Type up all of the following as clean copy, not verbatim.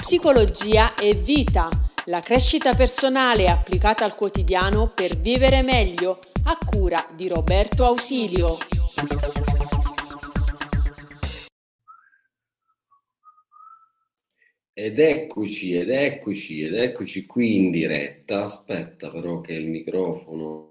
Psicologia e vita, la crescita personale applicata al quotidiano per vivere meglio, a cura di Roberto Ausilio. Ed eccoci qui in diretta. Aspetta però che il microfono...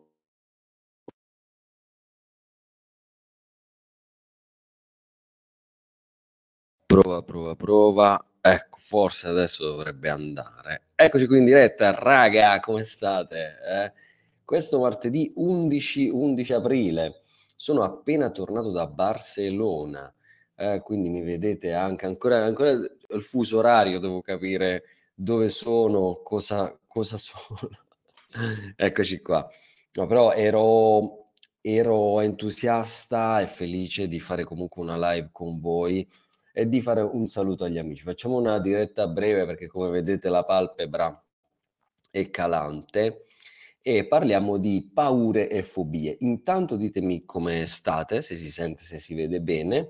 Prova. Ecco, forse adesso dovrebbe andare. Eccoci qui in diretta, raga, come state? Questo martedì 11 aprile. Sono appena tornato da Barcellona. Quindi mi vedete ancora il fuso orario, devo capire dove sono, cosa sono. Eccoci qua. No, però ero entusiasta e felice di fare comunque una live con voi e di fare un saluto agli amici. Facciamo una diretta breve perché come vedete la palpebra è calante e parliamo di paure e fobie. Intanto ditemi come state, se si sente, se si vede bene.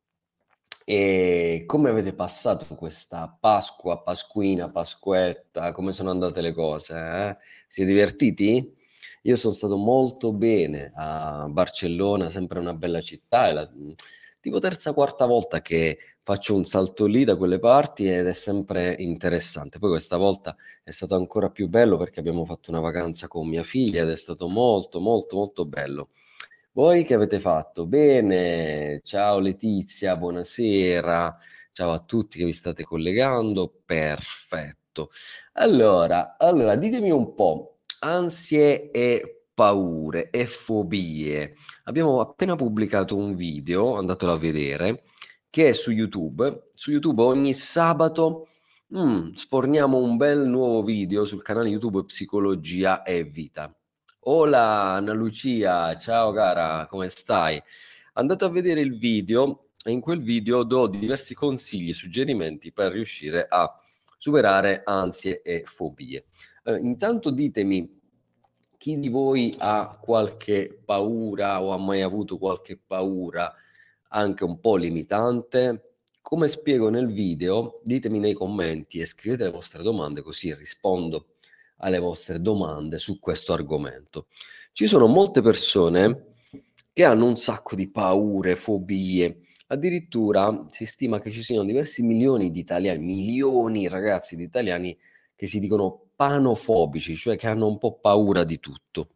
E come avete passato questa Pasqua, Pasquina, Pasquetta? Come sono andate le cose? Siete divertiti? Io sono stato molto bene a Barcellona, sempre una bella città, è la tipo terza, quarta volta che faccio un salto lì da quelle parti ed è sempre interessante. Poi questa volta è stato ancora più bello perché abbiamo fatto una vacanza con mia figlia ed è stato molto, molto, molto bello. Voi che avete fatto? Bene, ciao Letizia, buonasera, ciao a tutti che vi state collegando, perfetto. Allora, ditemi un po', ansie e paure e fobie. Abbiamo appena pubblicato un video, andatelo a vedere, che è su YouTube. Su YouTube ogni sabato sforniamo un bel nuovo video sul canale YouTube Psicologia e Vita. Hola Anna Lucia, ciao cara, come stai? Andate a vedere il video e in quel video do diversi consigli e suggerimenti per riuscire a superare ansie e fobie. Intanto ditemi chi di voi ha qualche paura o ha mai avuto qualche paura anche un po' limitante? Come spiego nel video, ditemi nei commenti e scrivete le vostre domande così rispondo alle vostre domande su questo argomento. Ci sono molte persone che hanno un sacco di paure, fobie, addirittura si stima che ci siano diversi milioni di italiani, milioni ragazzi di italiani che si dicono panofobici, cioè che hanno un po' paura di tutto.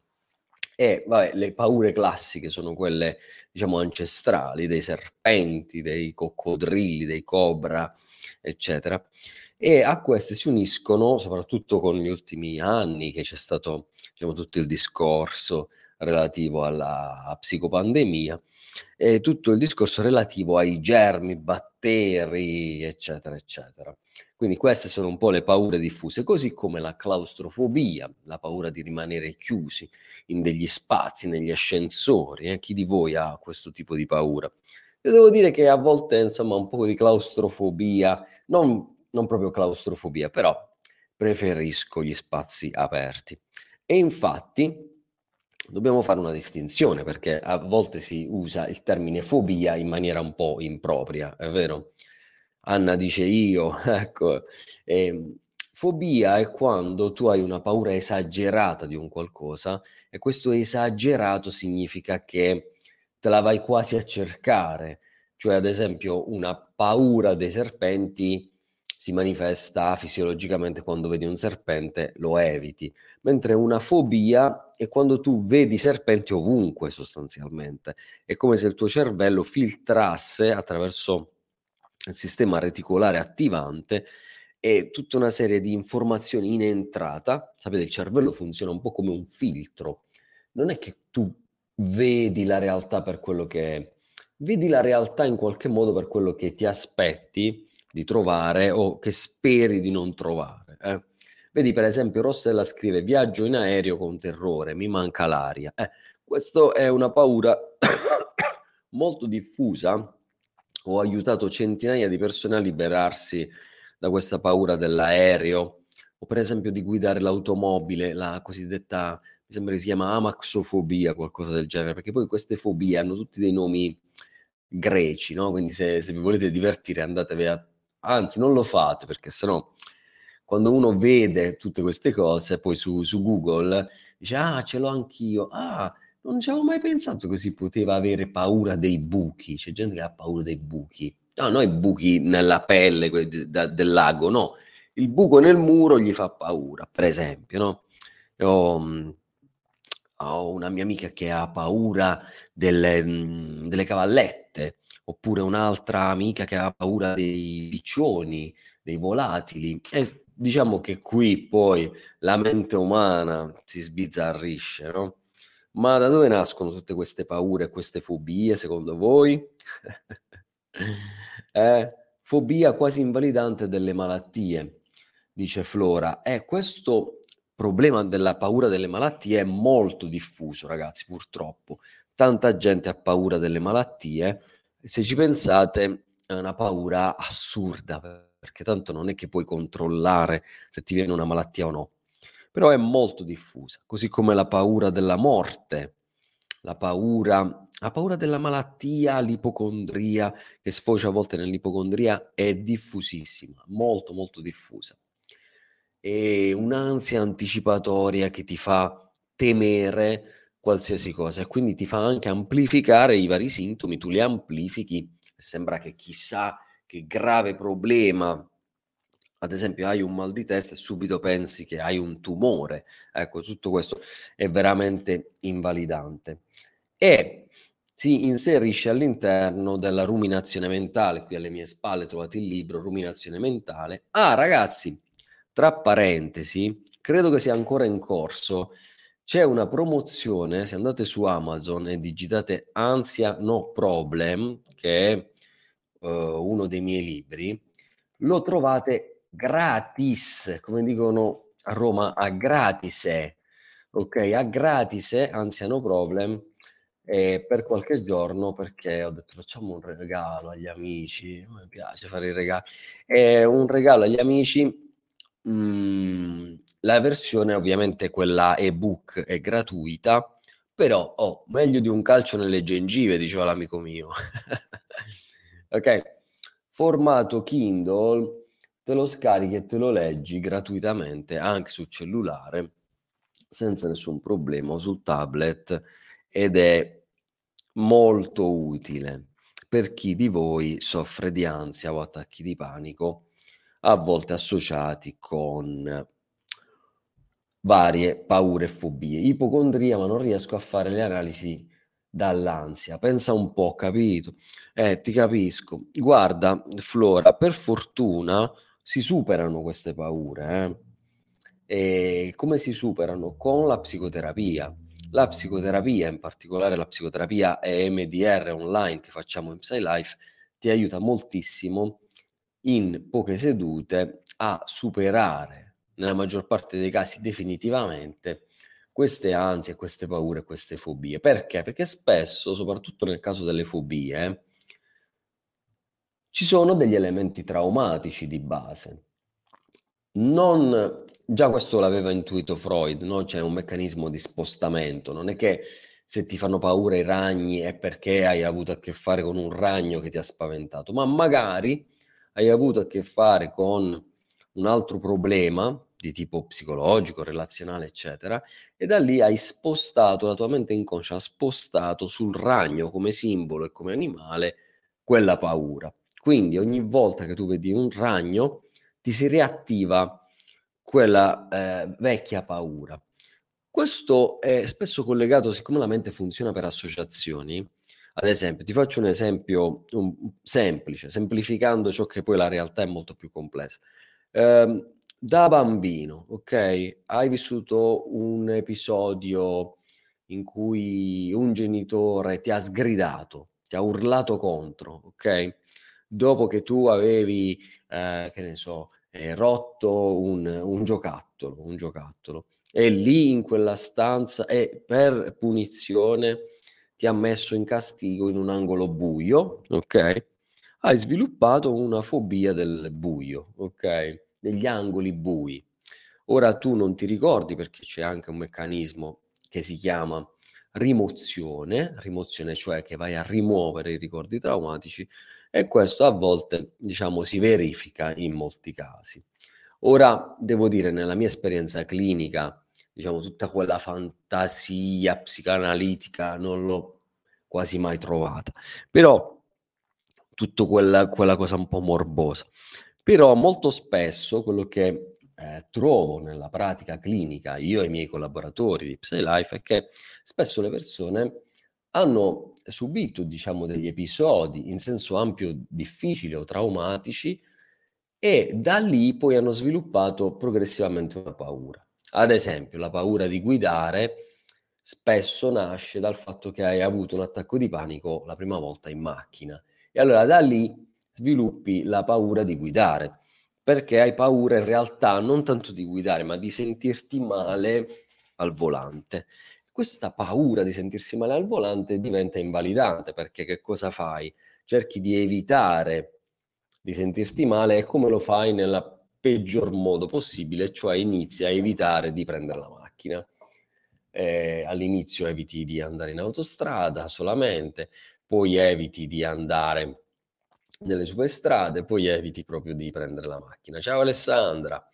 E vabbè, le paure classiche sono quelle, diciamo, ancestrali, dei serpenti, dei coccodrilli, dei cobra, eccetera. E a queste si uniscono, soprattutto con gli ultimi anni, che c'è stato, diciamo, tutto il discorso relativo alla psicopandemia e tutto il discorso relativo ai germi, batteri, eccetera, eccetera. Quindi queste sono un po' le paure diffuse, così come la claustrofobia, la paura di rimanere chiusi in degli spazi, negli ascensori. Chi di voi ha questo tipo di paura? Io devo dire che a volte, insomma, un po' di claustrofobia, non proprio claustrofobia, però preferisco gli spazi aperti. E infatti dobbiamo fare una distinzione perché a volte si usa il termine fobia in maniera un po' impropria, è vero? Anna dice io, ecco. Fobia è quando tu hai una paura esagerata di un qualcosa e questo esagerato significa che te la vai quasi a cercare, cioè ad esempio una paura dei serpenti si manifesta fisiologicamente quando vedi un serpente, lo eviti, mentre una fobia è quando tu vedi serpenti ovunque sostanzialmente, è come se il tuo cervello filtrasse attraverso il sistema reticolare attivante e tutta una serie di informazioni in entrata. Sapete, il cervello funziona un po' come un filtro, non è che tu vedi la realtà per quello che è, vedi la realtà in qualche modo per quello che ti aspetti di trovare o che speri di non trovare. Vedi, per esempio, Rossella scrive: viaggio in aereo con terrore, mi manca l'aria. Questa è una paura molto diffusa. Ho aiutato centinaia di persone a liberarsi da questa paura dell'aereo o per esempio di guidare l'automobile, la cosiddetta, mi sembra che si chiama amaxofobia, qualcosa del genere, perché poi queste fobie hanno tutti dei nomi greci, no? Quindi se vi volete divertire andatevi a Anzi, non lo fate, perché sennò quando uno vede tutte queste cose, poi su Google dice: "Ah, ce l'ho anch'io. Ah, non ci avevo mai pensato che si poteva avere paura dei buchi." C'è gente che ha paura dei buchi. No, no i buchi nella pelle del lago, no. Il buco nel muro gli fa paura, per esempio, no? Ho, ho una mia amica che ha paura delle cavallette, oppure un'altra amica che ha paura dei piccioni, dei volatili. E diciamo che qui poi la mente umana si sbizzarrisce, no? Ma da dove nascono tutte queste paure e queste fobie, secondo voi? Fobia quasi invalidante delle malattie, dice Flora. Questo problema della paura delle malattie è molto diffuso, ragazzi, purtroppo. Tanta gente ha paura delle malattie. Se ci pensate, è una paura assurda, perché tanto non è che puoi controllare se ti viene una malattia o no. Però è molto diffusa, così come la paura della morte, la paura della malattia, l'ipocondria, che sfocia a volte nell'ipocondria, è diffusissima, molto molto diffusa. E un'ansia anticipatoria che ti fa temere qualsiasi cosa e quindi ti fa anche amplificare i vari sintomi, tu li amplifichi e sembra che chissà che grave problema, ad esempio hai un mal di testa e subito pensi che hai un tumore. Ecco, tutto questo è veramente invalidante e si inserisce all'interno della ruminazione mentale. Qui alle mie spalle trovate il libro Ruminazione mentale. Ah, ragazzi, tra parentesi, credo che sia ancora in corso. C'è una promozione, se andate su Amazon e digitate Ansia No Problem, che è uno dei miei libri, lo trovate gratis, come dicono a Roma, a gratise, ok? A gratise, Ansia No Problem, per qualche giorno, perché ho detto facciamo un regalo agli amici, mi piace fare i regali, un regalo agli amici. La versione ovviamente quella ebook è gratuita, però meglio di un calcio nelle gengive, diceva l'amico mio. Ok, formato Kindle, te lo scarichi e te lo leggi gratuitamente anche sul cellulare senza nessun problema o sul tablet ed è molto utile per chi di voi soffre di ansia o attacchi di panico, a volte associati con varie paure e fobie. Ipocondria, ma non riesco a fare le analisi dall'ansia. Pensa un po', capito? Ti capisco. Guarda, Flora, per fortuna si superano queste paure, eh? E come si superano? Con la psicoterapia. La psicoterapia, in particolare la psicoterapia EMDR online che facciamo in PsyLife, ti aiuta moltissimo in poche sedute a superare, nella maggior parte dei casi definitivamente, queste ansie, queste paure, queste fobie. Perché? Perché spesso, soprattutto nel caso delle fobie, ci sono degli elementi traumatici di base. Già questo l'aveva intuito Freud, no? C'è un meccanismo di spostamento, non è che se ti fanno paura i ragni è perché hai avuto a che fare con un ragno che ti ha spaventato, ma magari hai avuto a che fare con un altro problema di tipo psicologico, relazionale, eccetera, e da lì hai spostato, la tua mente inconscia ha spostato sul ragno come simbolo e come animale quella paura. Quindi ogni volta che tu vedi un ragno ti si riattiva quella vecchia paura. Questo è spesso collegato, siccome la mente funziona per associazioni, ad esempio, ti faccio un esempio semplice, semplificando ciò che poi la realtà è molto più complessa. Da bambino, ok? Hai vissuto un episodio in cui un genitore ti ha sgridato, ti ha urlato contro, ok? Dopo che tu avevi, che ne so, rotto un giocattolo, e lì in quella stanza e per punizione ti ha messo in castigo in un angolo buio, ok? Hai sviluppato una fobia del buio, ok? Degli angoli bui. Ora tu non ti ricordi perché c'è anche un meccanismo che si chiama rimozione, cioè che vai a rimuovere i ricordi traumatici E questo a volte, diciamo, si verifica in molti casi. Ora, devo dire, nella mia esperienza clinica, diciamo, tutta quella fantasia psicanalitica non l'ho quasi mai trovata, però tutto quella cosa un po' morbosa. Però molto spesso quello che trovo nella pratica clinica, io e i miei collaboratori di PsyLife, è che spesso le persone hanno subito, diciamo, degli episodi in senso ampio difficili o traumatici e da lì poi hanno sviluppato progressivamente una paura. Ad esempio, la paura di guidare spesso nasce dal fatto che hai avuto un attacco di panico la prima volta in macchina e allora da lì sviluppi la paura di guidare, perché hai paura in realtà non tanto di guidare, ma di sentirti male al volante. Questa paura di sentirsi male al volante diventa invalidante, perché che cosa fai? Cerchi di evitare di sentirti male e come lo fai nella peggior modo possibile, cioè inizi a evitare di prendere la macchina. All'inizio eviti di andare in autostrada solamente, poi eviti di andare nelle superstrade, poi eviti proprio di prendere la macchina. Ciao Alessandra.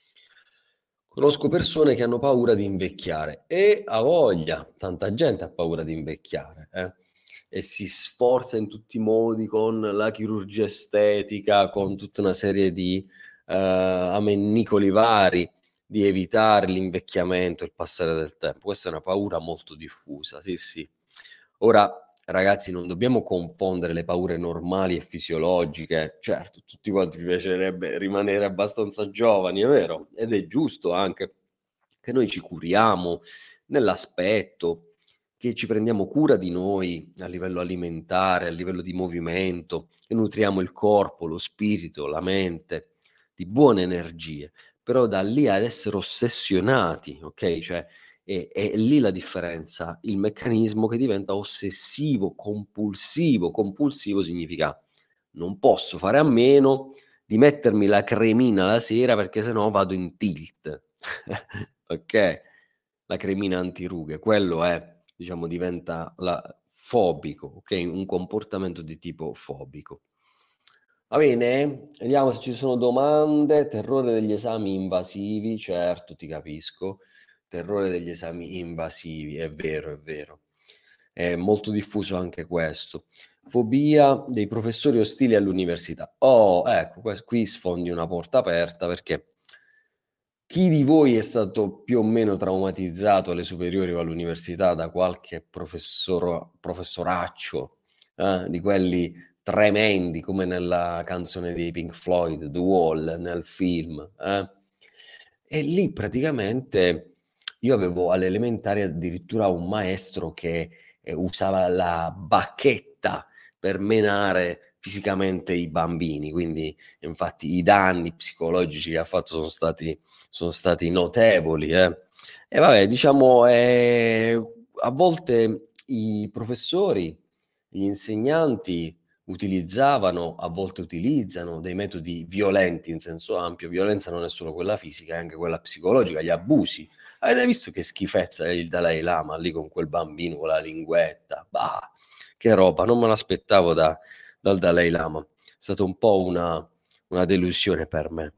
Conosco persone che hanno paura di invecchiare e ha voglia, tanta gente ha paura di invecchiare, e si sforza in tutti i modi con la chirurgia estetica, con tutta una serie di amennicoli vari, di evitare l'invecchiamento, il passare del tempo. Questa è una paura molto diffusa, sì, sì. Ora, ragazzi, non dobbiamo confondere le paure normali e fisiologiche. Certo, tutti quanti ci piacerebbe rimanere abbastanza giovani, è vero, ed è giusto anche che noi ci curiamo nell'aspetto, che ci prendiamo cura di noi a livello alimentare, a livello di movimento, che nutriamo il corpo, lo spirito, la mente di buone energie. Però da lì ad essere ossessionati, ok? Cioè è lì la differenza, il meccanismo che diventa ossessivo, compulsivo. Compulsivo significa non posso fare a meno di mettermi la cremina la sera perché sennò vado in tilt. Ok? La cremina antirughe, quello è, diciamo, diventa fobico, ok? Un comportamento di tipo fobico. Va bene? Vediamo se ci sono domande. Terrore degli esami invasivi, certo, ti capisco. Terrore degli esami invasivi, è vero, è vero. È molto diffuso anche questo. Fobia dei professori ostili all'università. Oh, ecco, qui sfondi una porta aperta perché chi di voi è stato più o meno traumatizzato alle superiori o all'università da qualche professoraccio, di quelli tremendi come nella canzone dei Pink Floyd, The Wall, nel film, E lì praticamente io avevo alle elementari addirittura un maestro che usava la bacchetta per menare fisicamente i bambini, quindi infatti i danni psicologici che ha fatto sono stati notevoli, E vabbè, diciamo, a volte i professori, gli insegnanti utilizzavano, a volte utilizzano dei metodi violenti in senso ampio. Violenza non è solo quella fisica, è anche quella psicologica, gli abusi. Avete visto che schifezza è il Dalai Lama lì con quel bambino con la linguetta? Bah, che roba, non me l'aspettavo dal Dalai Lama. È stata un po' una delusione per me.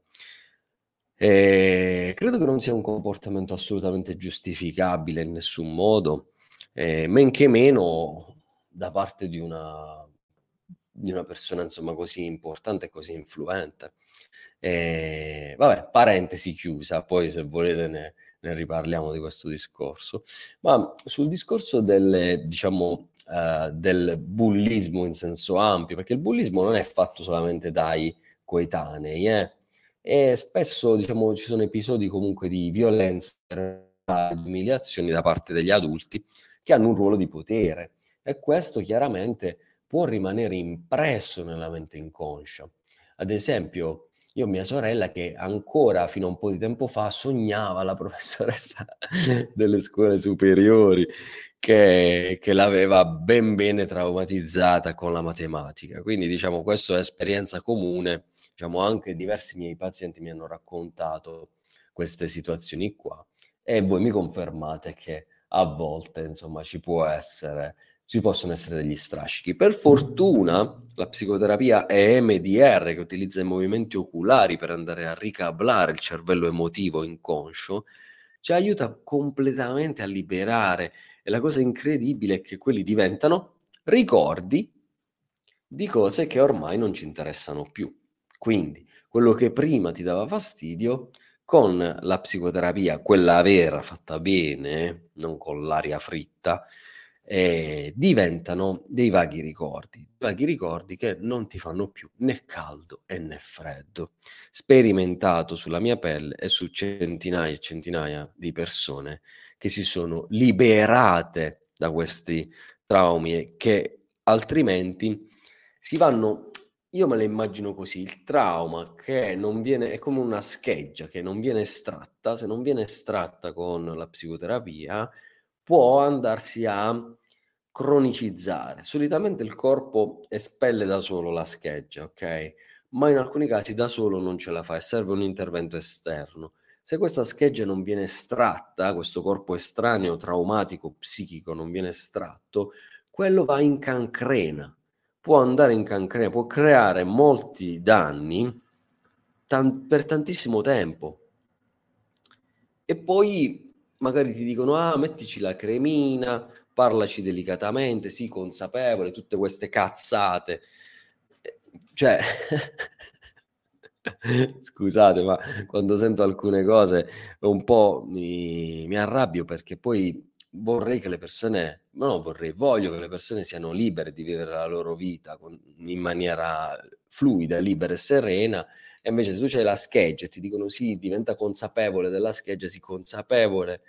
Credo che non sia un comportamento assolutamente giustificabile in nessun modo, men che meno da parte di una persona insomma così importante e così influente. Vabbè, parentesi chiusa, poi se volete ne riparliamo di questo discorso. Ma sul discorso diciamo, del bullismo in senso ampio, perché il bullismo non è fatto solamente dai coetanei, e spesso, diciamo, ci sono episodi comunque di violenza, di umiliazioni da parte degli adulti che hanno un ruolo di potere e questo chiaramente può rimanere impresso nella mente inconscia. Ad esempio, io ho mia sorella che ancora fino a un po' di tempo fa sognava la professoressa delle scuole superiori che l'aveva ben bene traumatizzata con la matematica. Quindi, diciamo, questa è esperienza comune. Diciamo, anche diversi miei pazienti mi hanno raccontato queste situazioni qua e voi mi confermate che a volte, insomma, ci possono essere degli strascichi. Per fortuna la psicoterapia EMDR, che utilizza i movimenti oculari per andare a ricablare il cervello emotivo inconscio, ci aiuta completamente a liberare. E la cosa incredibile è che quelli diventano ricordi di cose che ormai non ci interessano più. Quindi quello che prima ti dava fastidio, con la psicoterapia, quella vera, fatta bene, non con l'aria fritta, diventano dei vaghi ricordi che non ti fanno più né caldo e né freddo. Sperimentato sulla mia pelle e su centinaia e centinaia di persone che si sono liberate da questi traumi e che altrimenti si vanno, io me la immagino così, il trauma che non viene, è come una scheggia che non viene estratta, se non viene estratta con la psicoterapia, può andarsi a cronicizzare. Solitamente il corpo espelle da solo la scheggia, ok? Ma in alcuni casi da solo non ce la fa e serve un intervento esterno. Se questa scheggia non viene estratta, questo corpo estraneo, traumatico, psichico non viene estratto, quello va in cancrena, può andare in cancrena, può creare molti danni per tantissimo tempo. E poi magari ti dicono, ah, mettici la cremina, parlaci delicatamente, sii consapevole, tutte queste cazzate. Cioè, scusate, ma quando sento alcune cose un po' mi arrabbio perché poi vorrei che le persone, no, non vorrei, voglio che le persone siano libere di vivere la loro vita in maniera fluida, libera e serena. E invece se tu c'hai la scheggia e ti dicono sì, diventa consapevole della scheggia, sì, consapevole,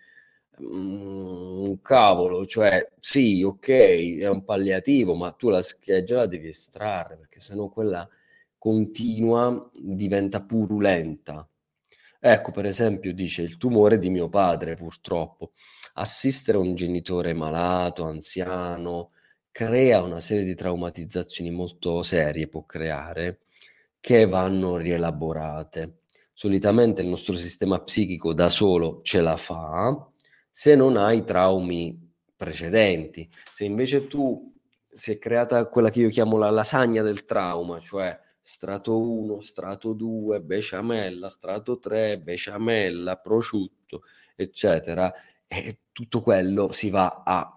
cavolo, cioè sì, ok, è un palliativo, ma tu la scheggia la devi estrarre, perché sennò quella continua, diventa purulenta. Ecco, per esempio, dice il tumore di mio padre, purtroppo. Assistere un genitore malato, anziano, crea una serie di traumatizzazioni molto serie, può creare, che vanno rielaborate. Solitamente il nostro sistema psichico da solo ce la fa se non hai traumi precedenti. Se invece tu si è creata quella che io chiamo la lasagna del trauma, cioè strato 1, strato 2, besciamella, strato 3, besciamella, prosciutto, eccetera, e tutto quello si va a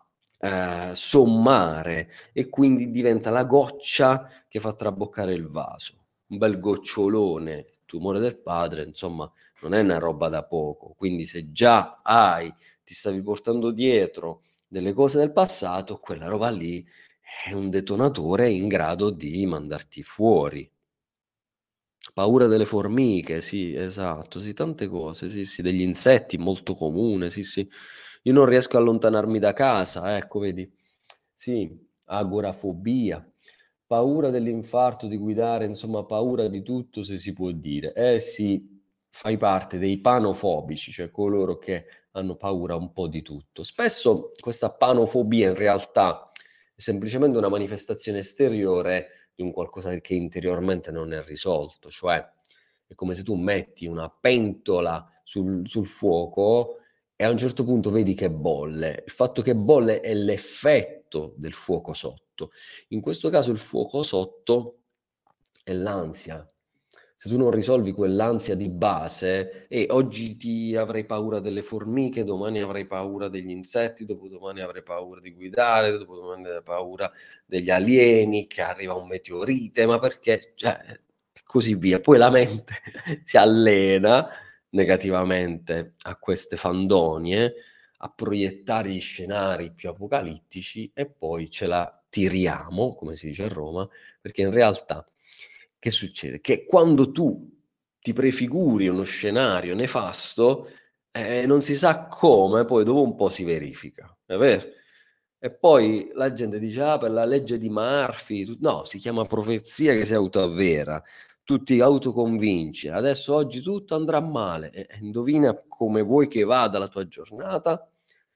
sommare e quindi diventa la goccia che fa traboccare il vaso. Un bel gocciolone, tumore del padre, insomma, non è una roba da poco. Quindi se già ti stavi portando dietro delle cose del passato, quella roba lì è un detonatore in grado di mandarti fuori. Paura delle formiche, sì, esatto, sì, tante cose, sì, sì, degli insetti, molto comune, sì, sì. Io non riesco a allontanarmi da casa, ecco, vedi. Sì, agorafobia, paura dell'infarto, di guidare, insomma, paura di tutto, se si può dire. Eh sì, fai parte dei panofobici, cioè coloro che hanno paura un po' di tutto. Spesso questa panofobia in realtà è semplicemente una manifestazione esteriore di un qualcosa che interiormente non è risolto, cioè è come se tu metti una pentola sul fuoco e a un certo punto vedi che bolle. Il fatto che bolle è l'effetto del fuoco sotto. In questo caso il fuoco sotto è l'ansia. Se tu non risolvi quell'ansia di base, e oggi ti avrei paura delle formiche, domani avrai paura degli insetti, dopodomani avrai paura di guidare, dopodomani avrai paura degli alieni, che arriva un meteorite, ma perché? Cioè, e così via. Poi la mente si allena negativamente a queste fandonie, a proiettare gli scenari più apocalittici e poi ce la tiriamo, come si dice a Roma, perché in realtà che succede? Che quando tu ti prefiguri uno scenario nefasto, non si sa come, poi dopo un po' si verifica, è vero? E poi la gente dice, ah, per la legge di Murphy, no, si chiama profezia che si autoavvera, tu ti autoconvinci, adesso oggi tutto andrà male, e indovina come vuoi che vada la tua giornata?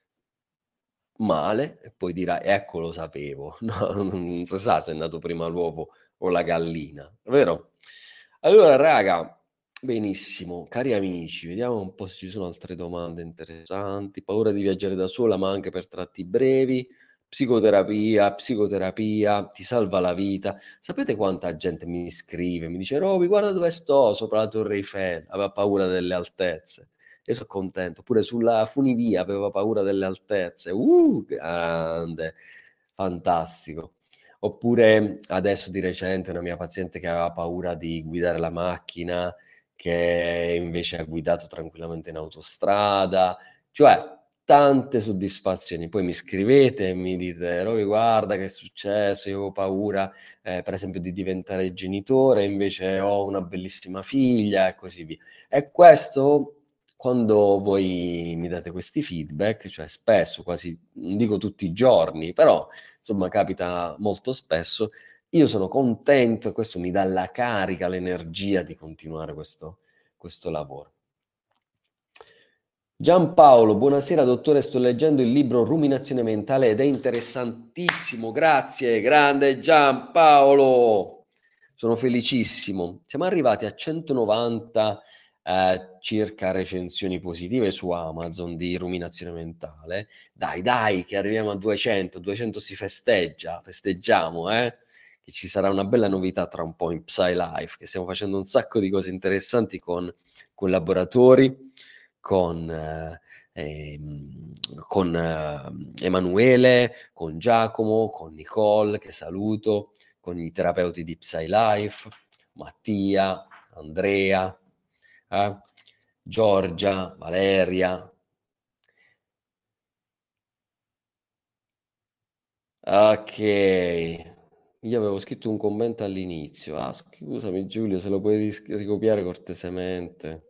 Male, e poi dirai, ecco lo sapevo, no, non si sa se è nato prima l'uovo o la gallina, vero? Allora, raga, benissimo, cari amici, vediamo un po' se ci sono altre domande interessanti. Paura di viaggiare da sola, ma anche per tratti brevi. psicoterapia, ti salva la vita. Sapete quanta gente mi scrive, mi dice: Roby, guarda dove sto, sopra la Torre Eiffel, aveva paura delle altezze. Io sono contento, pure sulla funivia aveva paura delle altezze. Grande, fantastico. Oppure adesso di recente una mia paziente che aveva paura di guidare la macchina, che invece ha guidato tranquillamente in autostrada, cioè tante soddisfazioni. Poi mi scrivete e mi dite: Roby, guarda che è successo, io avevo paura per esempio di diventare genitore, invece ho una bellissima figlia e così via. E questo, quando voi mi date questi feedback, cioè spesso, quasi, non dico tutti i giorni, però insomma capita molto spesso, io sono contento e questo mi dà la carica, l'energia di continuare questo lavoro. Giampaolo, buonasera dottore, sto leggendo il libro Ruminazione mentale ed è interessantissimo, grazie, grande Giampaolo, sono felicissimo. Siamo arrivati a 190 circa recensioni positive su Amazon di Ruminazione mentale. Dai, che arriviamo a 200 si festeggiamo, che ci sarà una bella novità tra un po' in PsyLife, che stiamo facendo un sacco di cose interessanti con collaboratori, con Emanuele, con Giacomo, con Nicole, che saluto, con i terapeuti di PsyLife, Mattia, Andrea, Giorgia, Valeria. Ok, io avevo scritto un commento all'inizio. Scusami Giulio, se lo puoi ricopiare cortesemente.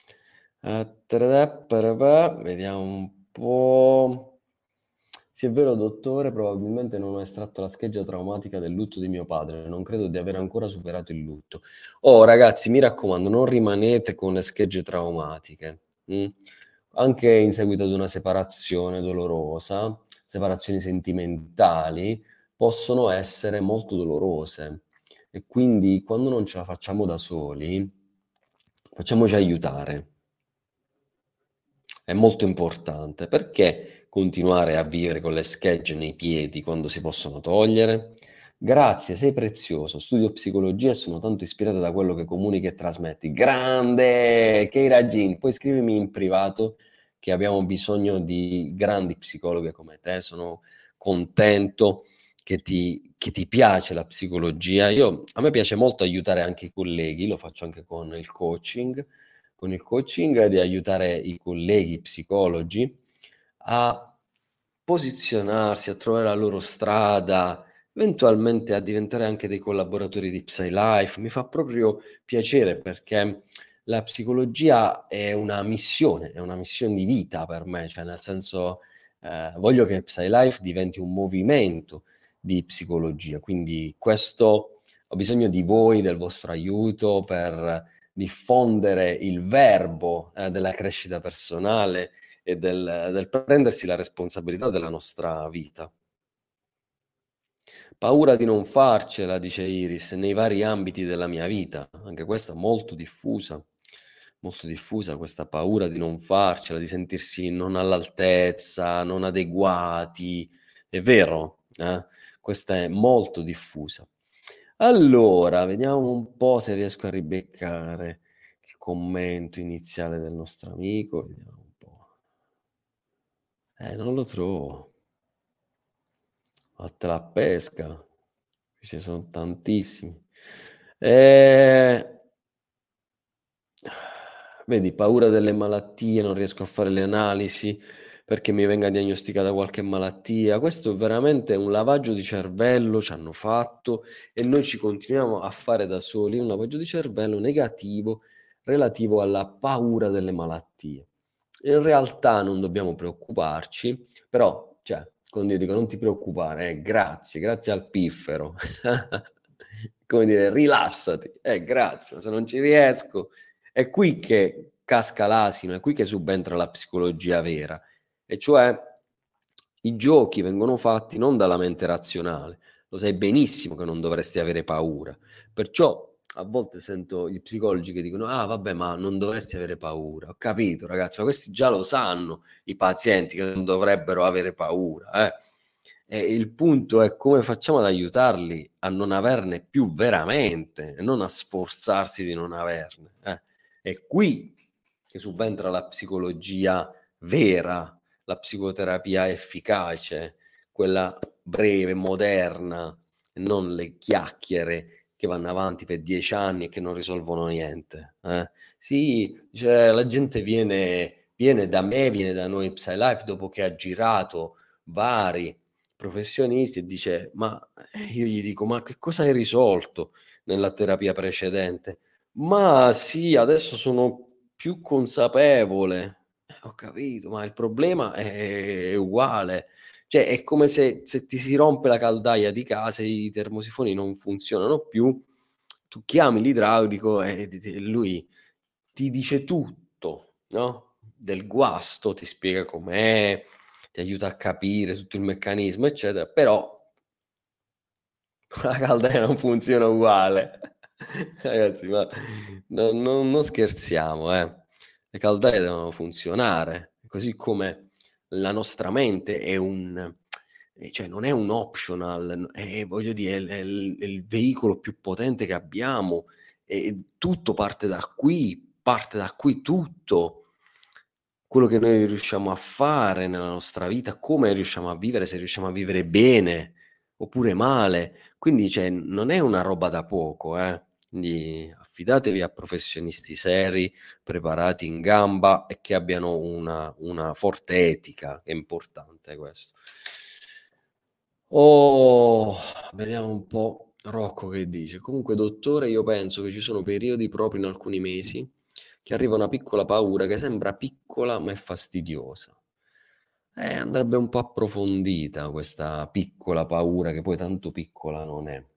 Vediamo un po'. Sì, è vero, dottore, probabilmente non ho estratto la scheggia traumatica del lutto di mio padre. Non credo di aver ancora superato il lutto. Oh, ragazzi, mi raccomando, non rimanete con le schegge traumatiche. Anche in seguito ad una separazione dolorosa, separazioni sentimentali, possono essere molto dolorose. E quindi, quando non ce la facciamo da soli, facciamoci aiutare. È molto importante. Perché continuare a vivere con le schegge nei piedi quando si possono togliere? Grazie, sei prezioso. Studio psicologia e sono tanto ispirata da quello che comunichi e trasmetti. Grande! Keira Jean, poi scrivimi in privato che abbiamo bisogno di grandi psicologhe come te. Sono contento che ti piace la psicologia. A me piace molto aiutare anche i colleghi, lo faccio anche con il coaching di aiutare i colleghi psicologi a posizionarsi, a trovare la loro strada, eventualmente a diventare anche dei collaboratori di PsyLife. Mi fa proprio piacere perché la psicologia è una missione di vita per me, cioè nel senso voglio che PsyLife diventi un movimento di psicologia, quindi questo ho bisogno di voi, del vostro aiuto per diffondere il verbo della crescita personale e del prendersi la responsabilità della nostra vita. Paura di non farcela, dice Iris, nei vari ambiti della mia vita, anche questa molto diffusa questa paura di non farcela, di sentirsi non all'altezza, non adeguati, è vero, questa è molto diffusa. Allora, vediamo un po' se riesco a ribeccare il commento iniziale del nostro amico. Vediamo un po'. Non lo trovo. Vattene a pesca. Ci sono tantissimi. Vedi, paura delle malattie, non riesco a fare le analisi perché mi venga diagnosticata qualche malattia. Questo è veramente un lavaggio di cervello, ci hanno fatto e noi ci continuiamo a fare da soli un lavaggio di cervello negativo relativo alla paura delle malattie. In realtà non dobbiamo preoccuparci, però, cioè, quando io dico non ti preoccupare, grazie al piffero. Come dire, rilassati, grazie, se non ci riesco. È qui che casca l'asino, è qui che subentra la psicologia vera, e cioè i giochi vengono fatti non dalla mente razionale, lo sai benissimo che non dovresti avere paura, perciò a volte sento gli psicologi che dicono vabbè, ma non dovresti avere paura. Ho capito, ragazzi, ma questi già lo sanno i pazienti che non dovrebbero avere paura, E il punto è come facciamo ad aiutarli a non averne più veramente e non a sforzarsi di non averne. È qui che subentra la psicologia vera, la psicoterapia efficace, quella breve, moderna, e non le chiacchiere che vanno avanti per 10 anni e che non risolvono niente. Sì, cioè, la gente viene da me, viene da noi PsyLife dopo che ha girato vari professionisti e dice: ma io gli dico: ma che cosa hai risolto nella terapia precedente? Ma sì, adesso sono più consapevole. Ho capito, ma il problema è uguale. Cioè, è come se ti si rompe la caldaia di casa e i termosifoni non funzionano più, tu chiami l'idraulico e lui ti dice tutto, no? Del guasto, ti spiega com'è, ti aiuta a capire tutto il meccanismo, eccetera, però la caldaia non funziona uguale. Ragazzi, ma non scherziamo, eh. Le caldaie devono funzionare, così come la nostra mente è cioè non è un optional, voglio dire, è il veicolo più potente che abbiamo, e tutto parte da qui tutto. Quello che noi riusciamo a fare nella nostra vita, come riusciamo a vivere, se riusciamo a vivere bene oppure male. Quindi, cioè, non è una roba da poco, eh. Quindi affidatevi a professionisti seri, preparati in gamba e che abbiano una forte etica, è importante questo. Oh, vediamo un po' Rocco che dice. Comunque, dottore, io penso che ci sono periodi proprio in alcuni mesi che arriva una piccola paura che sembra piccola ma è fastidiosa. Andrebbe un po' approfondita questa piccola paura che poi tanto piccola non è.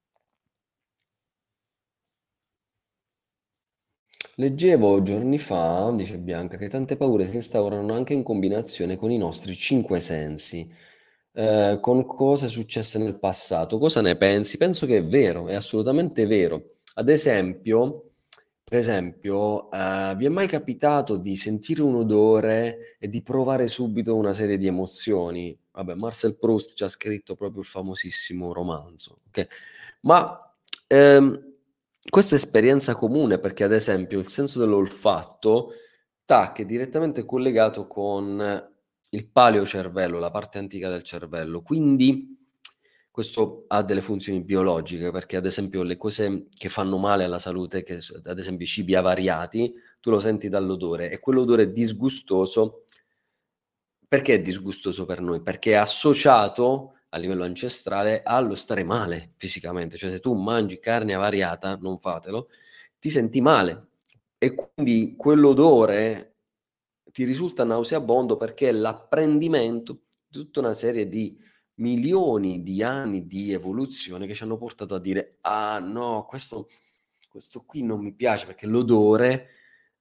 Leggevo giorni fa, dice Bianca, che tante paure si instaurano anche in combinazione con i nostri cinque sensi, con cose successe nel passato. Cosa ne pensi? Penso che è vero, è assolutamente vero. Ad esempio, per esempio, vi è mai capitato di sentire un odore e di provare subito una serie di emozioni? Vabbè, Marcel Proust ci ha scritto proprio il famosissimo romanzo, ok? Ma questa esperienza comune, perché ad esempio il senso dell'olfatto TAC è direttamente collegato con il paleocervello, la parte antica del cervello. Quindi questo ha delle funzioni biologiche, perché ad esempio le cose che fanno male alla salute, che ad esempio i cibi avariati, tu lo senti dall'odore e quell'odore disgustoso. Perché è disgustoso per noi? Perché è associato a livello ancestrale allo stare male fisicamente, cioè se tu mangi carne avariata, non fatelo, ti senti male e quindi quell'odore ti risulta nauseabondo perché è l'apprendimento di tutta una serie di milioni di anni di evoluzione che ci hanno portato a dire: ah no, questo qui non mi piace perché l'odore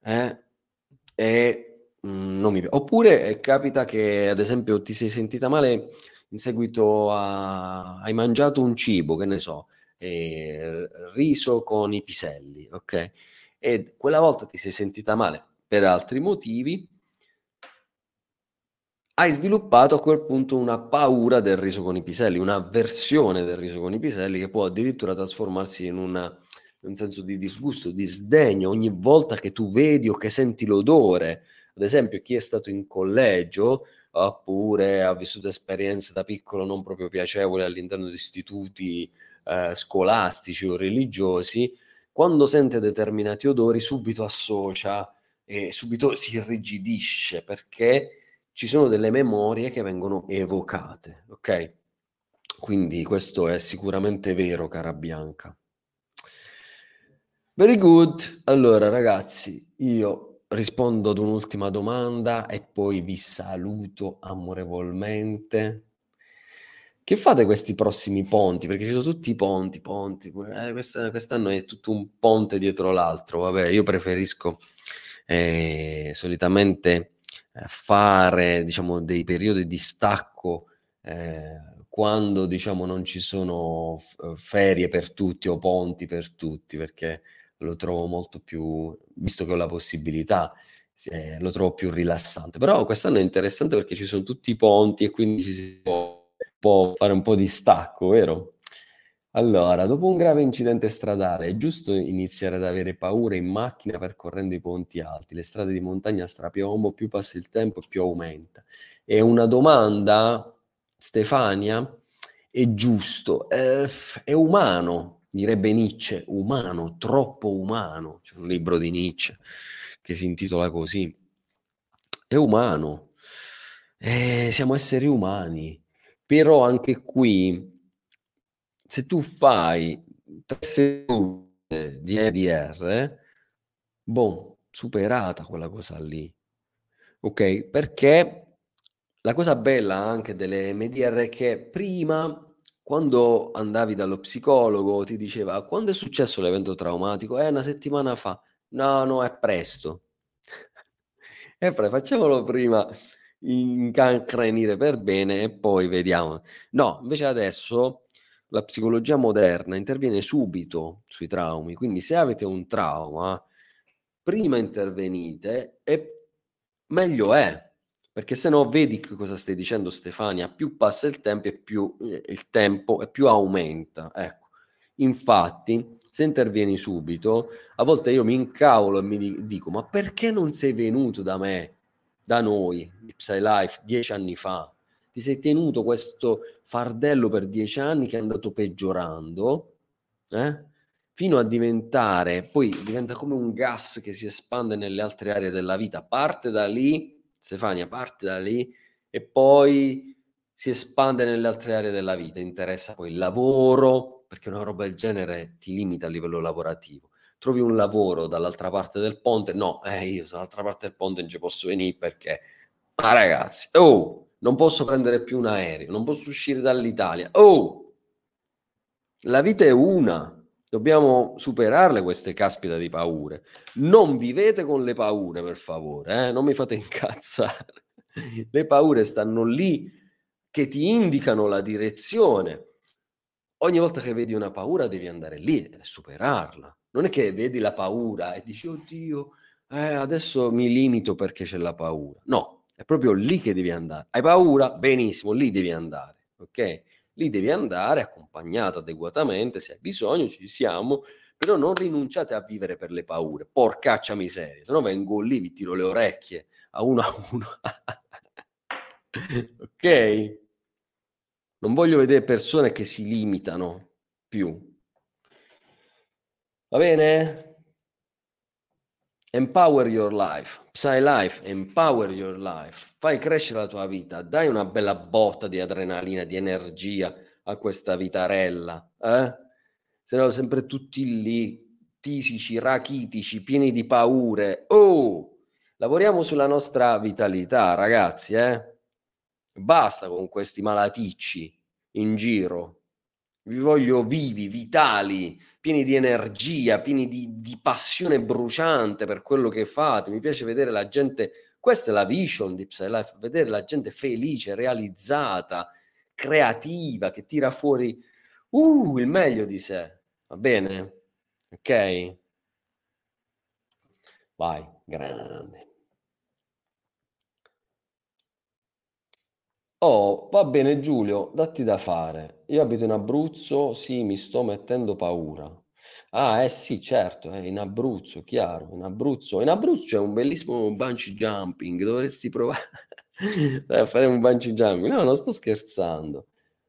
è non mi oppure capita che ad esempio ti sei sentita male in seguito a hai mangiato un cibo, che ne so, riso con i piselli, okay, e quella volta ti sei sentita male per altri motivi, hai sviluppato a quel punto una paura del riso con i piselli, un'avversione del riso con i piselli che può addirittura trasformarsi in un senso di disgusto, di sdegno ogni volta che tu vedi o che senti l'odore. Ad esempio, chi è stato in collegio oppure ha vissuto esperienze da piccolo non proprio piacevoli all'interno di istituti scolastici o religiosi, quando sente determinati odori subito associa e subito si irrigidisce perché ci sono delle memorie che vengono evocate, ok? Quindi questo è sicuramente vero, cara Bianca. Very good. Allora, ragazzi, io rispondo ad un'ultima domanda e poi vi saluto amorevolmente. Che fate questi prossimi ponti? Perché ci sono tutti i ponti. Quest'anno è tutto un ponte dietro l'altro. Vabbè, io preferisco solitamente fare, diciamo, dei periodi di stacco quando, diciamo, non ci sono ferie per tutti o ponti per tutti, perché lo trovo molto più, visto che ho la possibilità, lo trovo più rilassante. Però quest'anno è interessante perché ci sono tutti i ponti e quindi ci si può può fare un po' di stacco, vero? Allora, dopo un grave incidente stradale, è giusto iniziare ad avere paura in macchina percorrendo i ponti alti, le strade di montagna a strapiombo, più passa il tempo più aumenta. È una domanda, Stefania? È giusto, è umano, direbbe Nietzsche, umano, troppo umano. C'è un libro di Nietzsche che si intitola così. È umano, siamo esseri umani, però anche qui, se tu fai 3 sedute di EDR, boh, superata quella cosa lì, ok? Perché la cosa bella anche delle MDR è che prima, quando andavi dallo psicologo, ti diceva: quando è successo l'evento traumatico? Una settimana fa. No, no, è presto. Facciamolo prima incancrenire per bene e poi vediamo. No, invece adesso la psicologia moderna interviene subito sui traumi, quindi se avete un trauma, prima intervenite e meglio è, perché se no vedi che cosa stai dicendo, Stefania, più passa il tempo e più aumenta, ecco. Infatti, se intervieni subito, a volte io mi incavolo e mi dico: ma perché non sei venuto da me, da noi, di PsyLife, 10 anni fa? Ti sei tenuto questo fardello per 10 anni che è andato peggiorando, fino a diventare, poi diventa come un gas che si espande nelle altre aree della vita. Parte da lì, Stefania, parte da lì e poi si espande nelle altre aree della vita. Interessa poi il lavoro, perché una roba del genere ti limita a livello lavorativo. Trovi un lavoro dall'altra parte del ponte? No, io dall'altra parte del ponte non ci posso venire perché, ma ragazzi, non posso prendere più un aereo, non posso uscire dall'Italia. La vita è una, dobbiamo superarle queste caspita di paure. Non vivete con le paure, per favore, non mi fate incazzare. Le paure stanno lì che ti indicano la direzione. Ogni volta che vedi una paura devi andare lì e superarla. Non è che vedi la paura e dici: oddio, adesso mi limito perché c'è la paura. No, è proprio lì che devi andare. Hai paura? Benissimo, lì devi andare, ok? Lì devi andare accompagnata adeguatamente, se hai bisogno, ci siamo, però non rinunciate a vivere per le paure, porcaccia miseria, se no vengo lì, vi tiro le orecchie a uno a uno. Ok? Non voglio vedere persone che si limitano più. Va bene? Empower your life. PsyLife, empower your life. Fai crescere la tua vita, dai una bella botta di adrenalina, di energia a questa vitarella, Se no sempre tutti lì, tisici, rachitici, pieni di paure. Lavoriamo sulla nostra vitalità, ragazzi, Basta con questi malaticci in giro. Vi voglio vivi, vitali, pieni di energia, pieni di passione bruciante per quello che fate. Mi piace vedere la gente, questa è la vision di PsyLife, vedere la gente felice, realizzata, creativa, che tira fuori il meglio di sé. Va bene? Ok? Vai, grande. Oh, va bene Giulio, datti da fare. Io abito in Abruzzo, sì, mi sto mettendo paura. Ah, sì, certo, in Abruzzo, chiaro, in Abruzzo c'è un bellissimo bungee jumping, dovresti provare a fare un bungee jumping. No, non sto scherzando.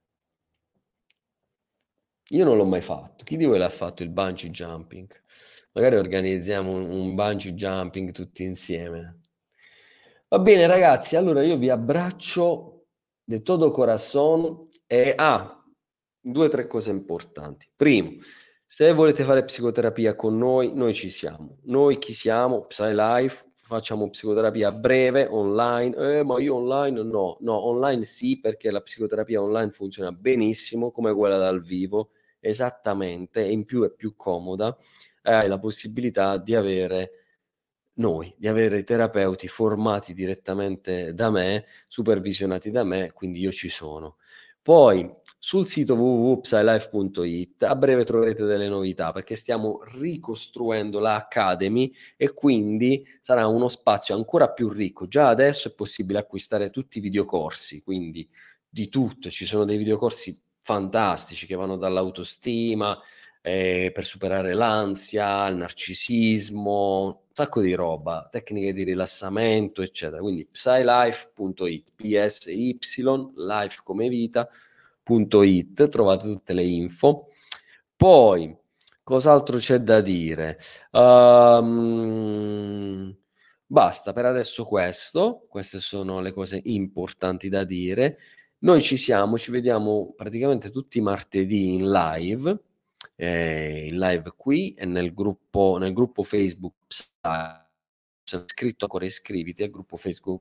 Io non l'ho mai fatto. Chi di voi l'ha fatto il bungee jumping? Magari organizziamo un bungee jumping tutti insieme. Va bene, ragazzi, allora io vi abbraccio de todo corazon e 2 o 3 cose importanti. Primo, se volete fare psicoterapia con noi ci siamo. Noi chi siamo? PsyLife, facciamo psicoterapia breve, online. Ma io online no, online sì, perché la psicoterapia online funziona benissimo come quella dal vivo, esattamente, e in più è più comoda. Hai la possibilità di avere i terapeuti formati direttamente da me, supervisionati da me, quindi io ci sono. Poi sul sito www.psylife.it a breve troverete delle novità perché stiamo ricostruendo la Academy e quindi sarà uno spazio ancora più ricco. Già adesso è possibile acquistare tutti i videocorsi, quindi di tutto, ci sono dei videocorsi fantastici che vanno dall'autostima, per superare l'ansia, il narcisismo, un sacco di roba, tecniche di rilassamento, eccetera. Quindi psylife.it, PSY, life come vita.it, trovate tutte le info. Poi, cos'altro c'è da dire? Basta per adesso questo, queste sono le cose importanti da dire. Noi ci vediamo praticamente tutti i martedì in live qui e nel gruppo Facebook Psy. Se non iscritto ancora iscriviti al gruppo Facebook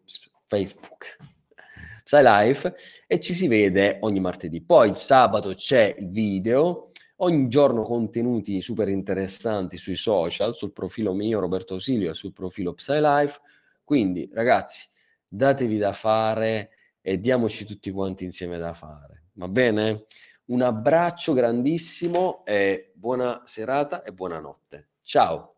PsyLife e ci si vede ogni martedì. Poi il sabato c'è il video, ogni giorno contenuti super interessanti sui social, sul profilo mio Roberto Ausilio e sul profilo PsyLife. Quindi ragazzi, datevi da fare e diamoci tutti quanti insieme da fare. Va bene? Un abbraccio grandissimo e buona serata e buonanotte. Ciao!